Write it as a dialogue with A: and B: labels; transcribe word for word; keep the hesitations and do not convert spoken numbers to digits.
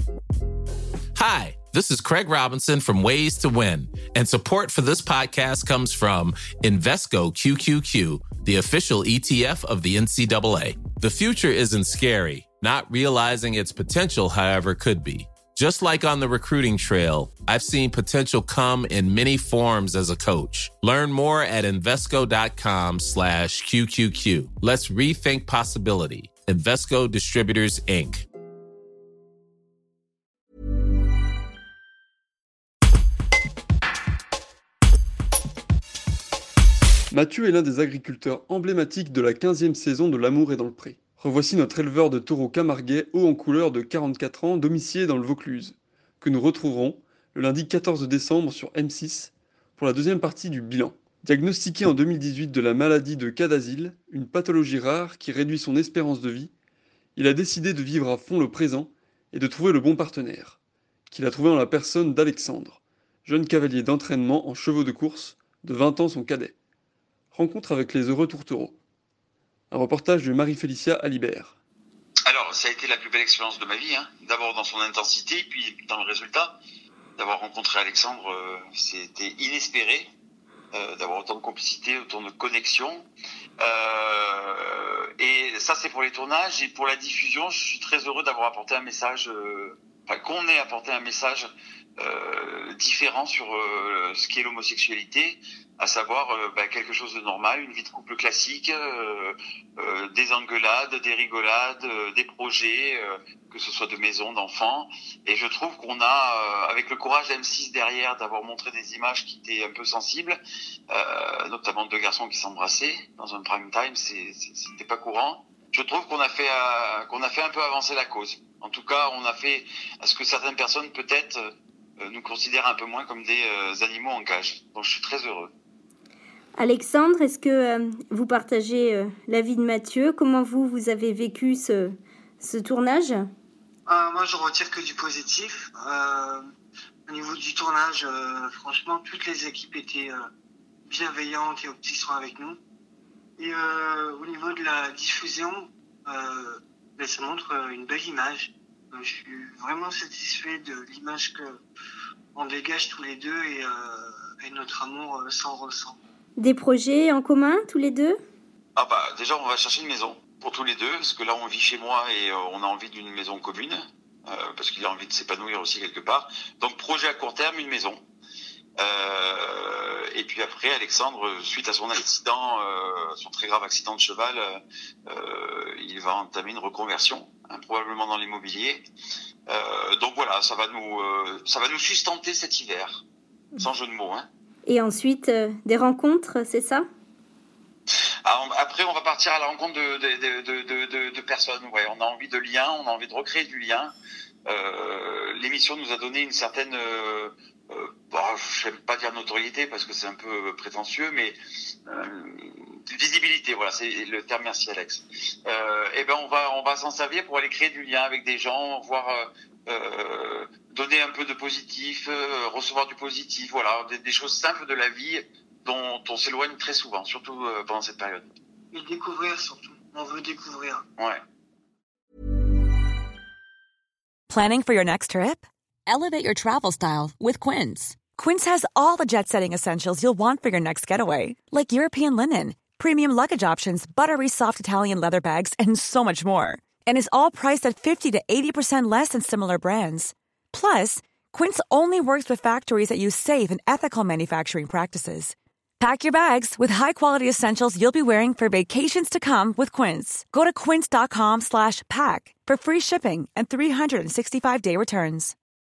A: Hi, this is Craig Robinson from Ways to Win, and support for this podcast comes from Invesco Q Q Q, the official E T F of the N C double A. The future isn't scary. Not realizing its potential, however, could be. Just like on the recruiting trail, I've seen potential come in many forms as a coach. Learn more at Invesco.com slash QQQ. Let's rethink possibility. Invesco Distributors, Incorporated.
B: Mathieu est l'un des agriculteurs emblématiques de la quinzième saison de L'amour est dans le pré. Revoici notre éleveur de taureaux camarguais haut en couleur de quarante-quatre ans, domicilié dans le Vaucluse, que nous retrouverons le lundi quatorze décembre sur M six pour la deuxième partie du bilan. Diagnostiqué en deux mille dix-huit de la maladie de Cadazil, une pathologie rare qui réduit son espérance de vie, il a décidé de vivre à fond le présent et de trouver le bon partenaire, qu'il a trouvé en la personne d'Alexandre, jeune cavalier d'entraînement en chevaux de course, de vingt ans son cadet. Rencontre avec les heureux tourtereaux. Un reportage de Marie-Félicia Alibert.
C: Alors, ça a été la plus belle expérience de ma vie, hein. D'abord dans son intensité, puis dans le résultat. D'avoir rencontré Alexandre, euh, c'était inespéré. Euh, d'avoir autant de complicité, autant de connexion. Euh, et ça, c'est pour les tournages. Et pour la diffusion, je suis très heureux d'avoir apporté un message, euh, enfin, qu'on ait apporté un message euh, différent sur euh, ce qu'est l'homosexualité, à savoir euh, bah, quelque chose de normal, une vie de couple classique, euh, euh, des engueulades, des rigolades, euh, des projets, euh, que ce soit de maison, d'enfants. Et je trouve qu'on a, euh, avec le courage d'M six derrière, d'avoir montré des images qui étaient un peu sensibles, euh, notamment deux garçons qui s'embrassaient dans un prime time, c'est, c'est, c'était pas courant. Je trouve qu'on a fait euh, qu'on a fait un peu avancer la cause. En tout cas, on a fait à ce que certaines personnes peut-être euh, nous considèrent un peu moins comme des euh, animaux en cage. Donc je suis très heureux.
D: Alexandre, est-ce que euh, vous partagez euh, l'avis de Mathieu ? Comment vous, vous avez vécu ce, ce tournage ?
E: euh, Moi, je retire que du positif. Euh, au niveau du tournage, euh, franchement, toutes les équipes étaient euh, bienveillantes et optimistes avec nous. Et euh, au niveau de la diffusion, euh, ben, ça montre euh, une belle image. Euh, je suis vraiment satisfait de l'image que on dégage tous les deux et, euh, et notre amour euh, s'en ressent.
D: Des projets en commun, tous les deux ?
C: Ah bah déjà on va chercher une maison pour tous les deux, parce que là on vit chez moi et euh, on a envie d'une maison commune, euh, parce qu'il a envie de s'épanouir aussi quelque part. Donc projet à court terme, une maison. Euh, et puis après Alexandre, suite à son accident, euh, son très grave accident de cheval, euh, il va entamer une reconversion, hein, probablement dans l'immobilier. Euh, donc voilà, ça va nous, euh, ça va nous sustenter cet hiver, sans jeu de mots, hein.
D: Et ensuite, euh, des rencontres, c'est ça ?
C: Alors, après, on va partir à la rencontre de, de, de, de, de, de personnes. Ouais, on a envie de liens, on a envie de recréer du lien. Euh, l'émission nous a donné une certaine, euh, euh, bon, je n'aime pas dire notoriété parce que c'est un peu prétentieux, mais euh, visibilité. Voilà, c'est le terme. Merci Alex. Euh, et ben, on va, on va s'en servir pour aller créer du lien avec des gens, voir. Euh, Euh, donner un peu de positif, euh, recevoir du positif, voilà, des, des choses simples de la vie dont on s'éloigne très souvent, surtout euh, pendant cette période.
E: Et découvrir surtout, on veut découvrir.
C: Ouais.
F: Planning for your next trip? Elevate your travel style with Quince. Quince has all the jet-setting essentials you'll want for your next getaway, like European linen, premium luggage options, buttery soft Italian leather bags, and so much more. And is all priced at fifty to eighty percent less than similar brands. Plus, Quince only works with factories that use safe and ethical manufacturing practices. Pack your bags with high-quality essentials you'll be wearing for vacations to come with Quince. Go to quince.com slash pack for free shipping and three sixty-five day returns.